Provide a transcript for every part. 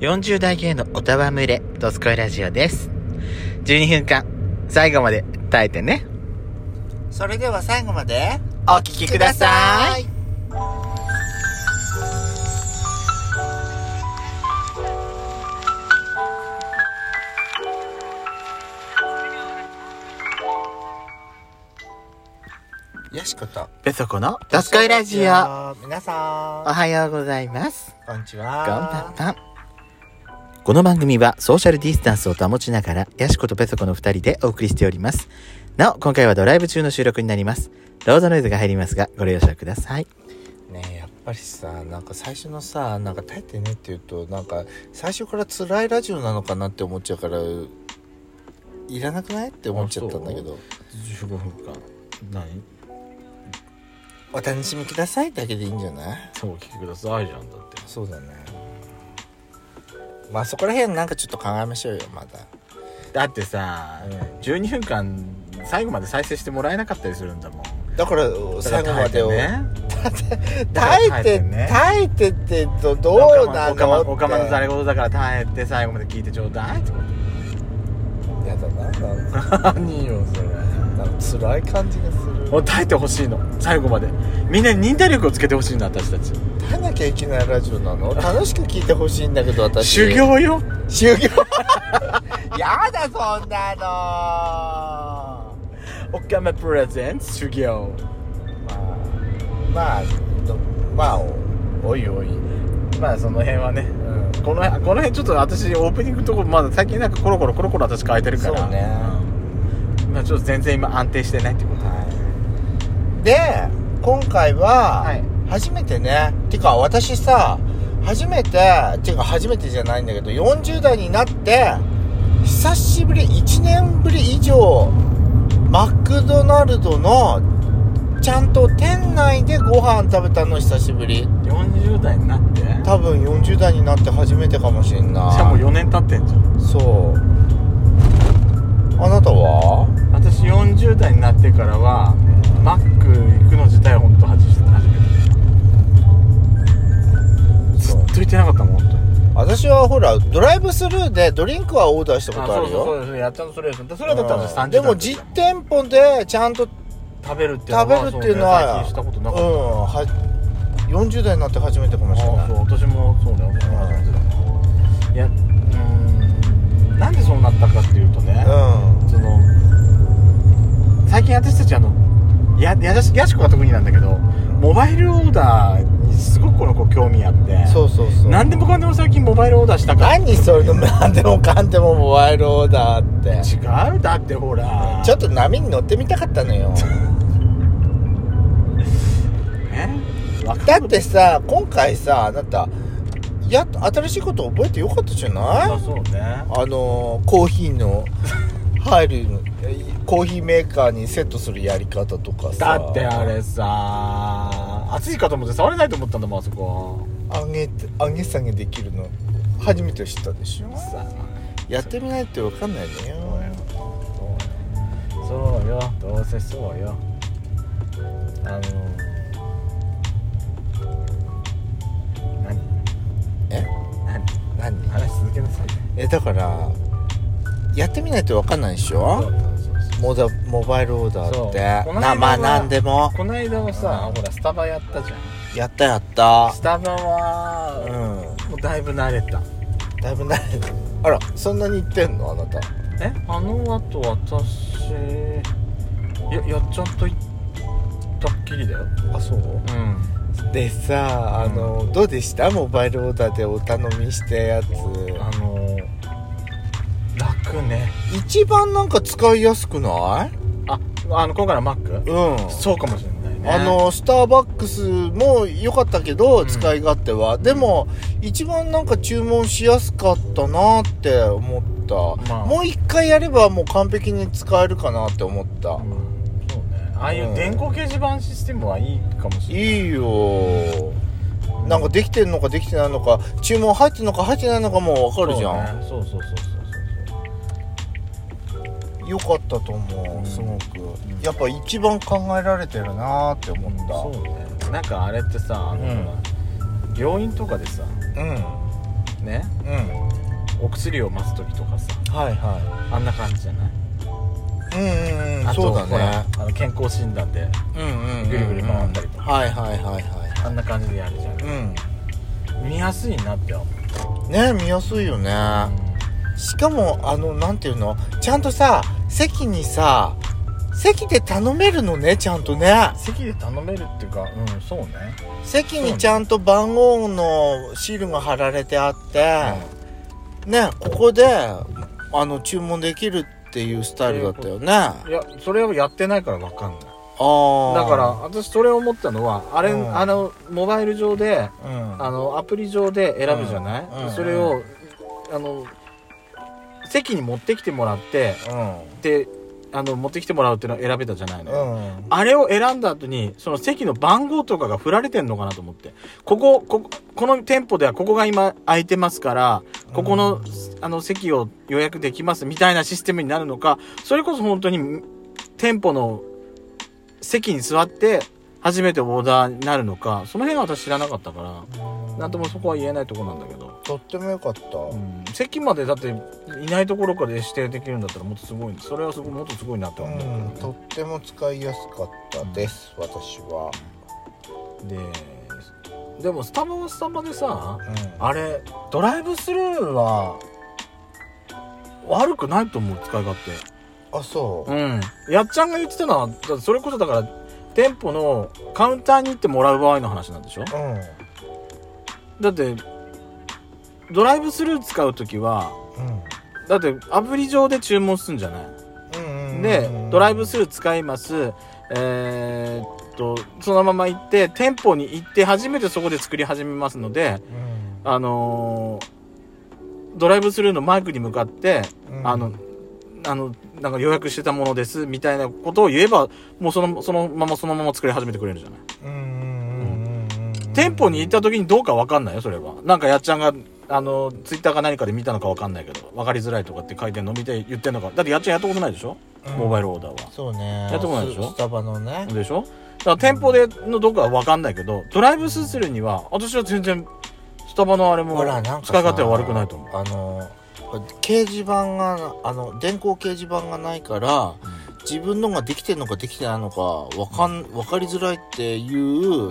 40代芸のおたわむれドスコイラジオです。12分間最後まで耐えてね。 それでは最後までお聞きください。 よしことペソコのドスコイラジオ。 皆さおはようございます。 んこんにちこんばんは。 は。この番組はソーシャルディスタンスを保ちながらヤシコとペソコの2人でお送りしております。なお今回はドライブ中の収録になります。ロードノイズが入りますがご了承ください。 ねえ、やっぱりさ、なんか最初のさ、なんか耐えてねって言うと、なんか最初から辛いラジオなのかなって思っちゃうからいらなくないって思っちゃったんだけど、 15分間何お楽しみくださいだけでいいんじゃない？ そう、お聞きくださいじゃん。だってそうだね。まあそこら辺なんかちょっと考えましょうよ。まだだってさ、12分間最後まで再生してもらえなかったりするんだもん。 だから最後までをね、 耐えてってどうなの？ おかまのざれ言だから耐えて最後まで聞いてちょうだいってこと。 やだな。 何よそれ。 なんか辛い感じがする。 もう耐えてほしいの、最後まで。みんなに忍耐力をつけてほしいの、私たち。 耐えなきゃいけないラジオなの？楽しく聞いてほしいんだけど私。 修行よ。 修行。やだそんなの。 おかまプレゼンツ修行。 まあおいおい。 まあその辺はね、この辺ちょっと私オープニングのとこまだ最近なんかコロコロ私変えてるから。 そうね。 まあちょっと全然今安定してないってこと。 で今回は初めてね、てか私さ初めてじゃないんだけど、40代になって久しぶり、1年ぶり以上マクドナルドのちゃんと店内でご飯食べたの久しぶり。 40代になって？ 多分40代になって初めてかもしれんな。 じゃあもう4年経ってんじゃん。 そう。あなたは？ 私40代になってからはマック行くの自体は本当初めて。ずっと行ってなかったもん本当に。 私はほらドライブスルーでドリンクはオーダーしたことあるよ。 そうやったのそれだったんです。 でも実店舗でちゃんと食べるっていうのはしたことなかった。 40代になって初めてかもしれない。 そう、私もそうだよ。いや、なんでそうなったかっていうとね、その最近私たちヤシコが特になんだけど、モバイルオーダーにすごくこの子興味あって、 そう何でもかんでも最近モバイルオーダーしたから。 何それの何でもかんでもモバイルオーダーって。 違う、だってほらちょっと波に乗ってみたかったのよ。だってさ、今回さ、あなた新しいこと覚えてよかったじゃない？ そうね。 コーヒーの入るコーヒーメーカーにセットするやり方とかさ。 だってあれさ、暑いかと思って触れないと思ったんだもん、あそこ。 上げ下げできるの初めて知ったでしょ。やってみないと分かんないのよ。 そうよ、どうせそうよ。何話続けなさい。 だからやってみないと分かんないでしょ。モバイルオーダーってまあ何でも。 この間はさ、ほらスタバやったじゃん。 やったスタバはもうだいぶ慣れた。あら、そんなに言ってんのあなた。あの後私やっちゃんと言ったっきりだよ。 あ、そう？でさ、どうでした？モバイルオーダーでお頼みしたやつ。 楽ね。 一番なんか使いやすくない？ 今回のマック？そうかもしれないね。 スターバックスも良かったけど、使い勝手は。でも一番なんか注文しやすかったなって思った。もう一回やればもう完璧に使えるかなって思った。 そうね。ああいう電光掲示板システムはいいかもしれない。 いいよ。なんかできてんのかできてないのか、注文入ってんのか入ってないのかも分かるじゃん。 そう良かったと思う、すごく。やっぱ一番考えられてるなって思った。 そうね。なんかあれってさ、病院とかでさ、ね、 薬を待つ時とかさ、 はいはい、 あんな感じじゃない？あとそうだね、 健康診断でぐるぐる回ったりとか、 はいはいはいはい、 あんな感じでやるじゃん、見やすいなって思うね。見やすいよね、しかもなんていうの、ちゃんとさ席にさ、席で頼めるのね、ちゃんとね。 席で頼めるっていうか、そうね。 席にちゃんと番号のシールが貼られてあって、ね、ここで注文できるっていうスタイルだったよね。 いや、それをやってないから分かんない。 だから私それを思ったのは、あれ、モバイル上で、アプリ上で選ぶじゃない、それを席に持ってきてもらって、で持ってきてもらうっていうのを選べたじゃないの、あれを選んだ後にその席の番号とかが振られてんのかなと思って、この店舗ではここが今空いてますから、ここの席を予約できますみたいなシステムになるのか、それこそ本当に店舗の席に座って初めてオーダーになるのか、その辺は私知らなかったから、なんともそこは言えないところなんだけど、 とってもよかった、 席までだっていないところから指定できるんだったらもっとすごい、それはもっとすごいなって思う、 とっても使いやすかったです、私は。 でもスタバはスタバでさ、あれドライブスルーは悪くないと思う、使い勝手。 あ、そう。 やっちゃんが言ってたのは、それこそだから店舗のカウンターに行ってもらう場合の話なんでしょ。だってドライブスルー使うときは、だってアプリ上で注文するんじゃない、でドライブスルー使います、そのまま行って店舗に行って初めてそこで作り始めますので、ドライブスルーのマイクに向かって、なんか予約してたものですみたいなことを言えば、もうそのまま作り始めてくれるじゃない。店舗に行った時にどうか分かんないよ、それは。なんかやっちゃんがツイッターか何かで見たのか分かんないけど、分かりづらいとかって書いてんの見て言ってんのか。だってやっちゃんやったことないでしょ、モバイルオーダーは。 そうね、 やったことないでしょ、 スタバのね。 でしょ。だから店舗でのどこかは分かんないけど、ドライブスルーには私は全然スタバのあれも使い勝手は悪くないと思う。 掲示板が電光掲示板がないから、自分のができてるのかできてないのか分かりづらいっていう、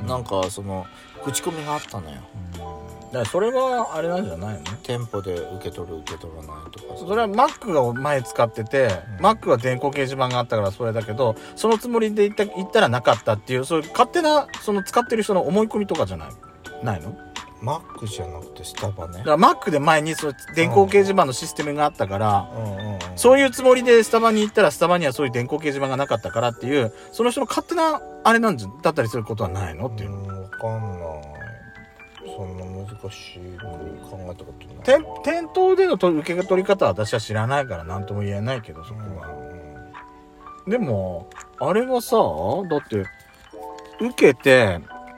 なんかその口コミがあったのよ。 だからそれはあれなんじゃないの？ 店舗で受け取る受け取らないとか。 それは Mac が前使ってて、Mac は電光掲示板があったからそれだけど、そのつもりで行ったらなかったっていう、そういう勝手なその使ってる人の思い込みとかじゃないの ？Mac じゃなくてスタバね。 だから Mac で前にそう電光掲示板のシステムがあったから、そういうつもりでスタバに行ったら、スタバにはそういう電光掲示板がなかったからっていう、その人の勝手なあれだったりすることはないのっていう。 分かんない。そんな難しく考えたことない。 店頭での受け取り方は私は知らないから何とも言えないけど、そこは。でもあれはさ、だって受けて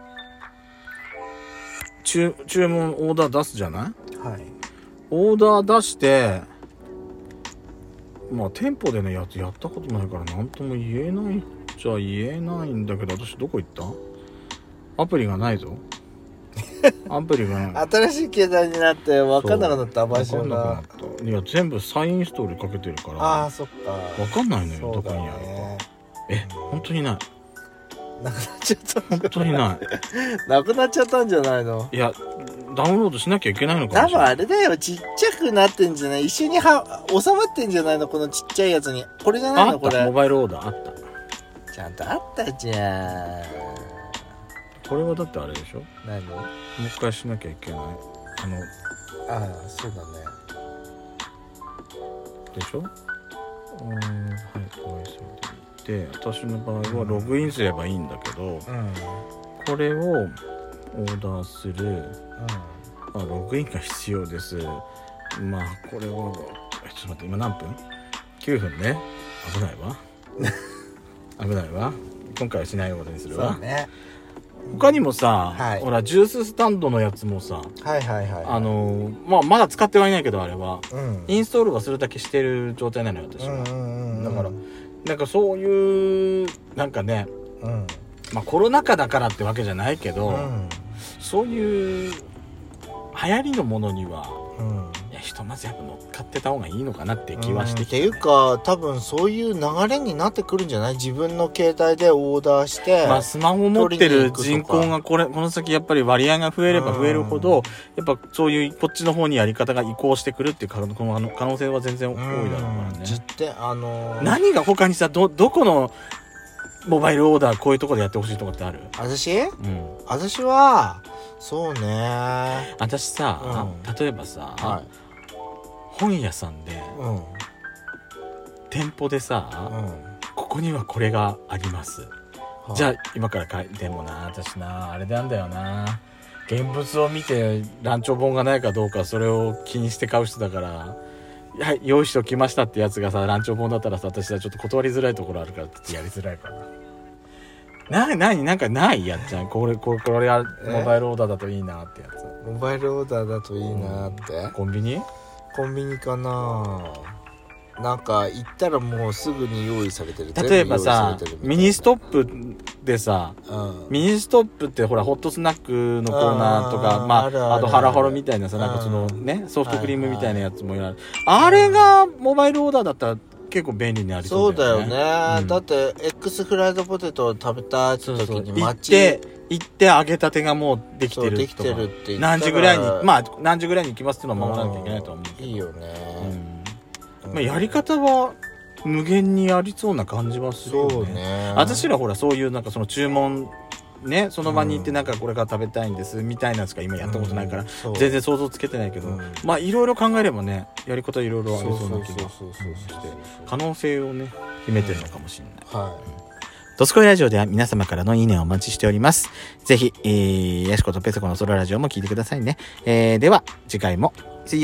注文オーダー出すじゃない？はい。オーダー出して、まあ店舗でのやつやったことないから何とも言えないじゃ言えないんだけど、私どこ行った？アプリがないぞ。アプリがない。 新しい携帯になって分かんなくなった。場所が。分かんなくなった。 いや全部再インストールかけてるから。 ああ、そっか。 分かんないのよ、どこにあるか。本当にない。 なくなっちゃった。 本当にない。 なくなっちゃったんじゃないの？ いや、ダウンロードしなきゃいけないのかもしれない。 多分あれだよ、ちっちゃくなってんじゃない？一緒に収まってんじゃないの？このちっちゃいやつに。これじゃないの？これ。 モバイルオーダーあった。 ちゃんとあったじゃん。 これはだってあれでしょ？ 何？ もう一回しなきゃいけない。 ああ、そうだね。 でしょ？はい、で私の場合はログインすればいいんだけど、これをオーダーする、ログインが必要です。まあこれをちょっと待って、今何分？9分ね。危ないわ危ないわ。今回はしないことにするわ。 そうね。 他にもさ、ほらジューススタンドのやつもさ、まだ使ってはいないけど、あれは、インストールはするだけしてる状態なのよ、私は。だからなんかそういうなんかね、まあコロナ禍だからってわけじゃないけど、そういう流行りのものにはいやひとまずやっぱ乗っかってた方がいいのかなって気はしてきて、 っていうか多分そういう流れになってくるんじゃない？自分の携帯でオーダーして、 スマホを持ってる人口がこの先やっぱり割合が増えれば増えるほど、やっぱそういうこっちの方にやり方が移行してくるっていう可能性は全然多いだろうからね。何が他にさどこのモバイルオーダーこういうところでやってほしいとかってある？ 私はそうね。 私さ、例えばさ、本屋さんで、店舗でさ、ここにはこれがあります、じゃあ今から買いでもな、私なあれなんだよな、現物を見てランチョ本がないかどうかそれを気にして買う人だから、はい用意しておきましたってやつがさランチョ本だったらさ、私はちょっと断りづらいところあるからってやりづらいからなんかないやっちゃんこれモバイルオーダーだといいなってやつ。 モバイルオーダーだといいなって、 コンビニかな。なんか行ったらもうすぐに用意されてる。 例えばさミニストップでさ、ミニストップってほらホットスナックのコーナーとか、あとハラハロみたいなさ、なんかそのねソフトクリームみたいなやつもやる、あれがモバイルオーダーだったら結構便利になりそうだよね。 そうだよね、だって X フライドポテトを食べた時に行って揚げたてがもうできてるとか、 って何時ぐらいに行きますっていうのは守らなきゃいけないと思うけど、 いいよね、 やり方は無限にありそうな感じはするよね。そうね。私らほらそういうなんかその注文ね、その場に行ってなんかこれから食べたいんですみたいなやつが今やったことないから、全然想像つけてないけど、いろいろ考えればねやり方いろいろありそうな気がして可能性をね秘めてるのかもしれない。ドスコイラジオでは皆様からのいいねをお待ちしております。ぜひ、ヤシコとペソコのソロラジオも聞いてくださいね。では次回も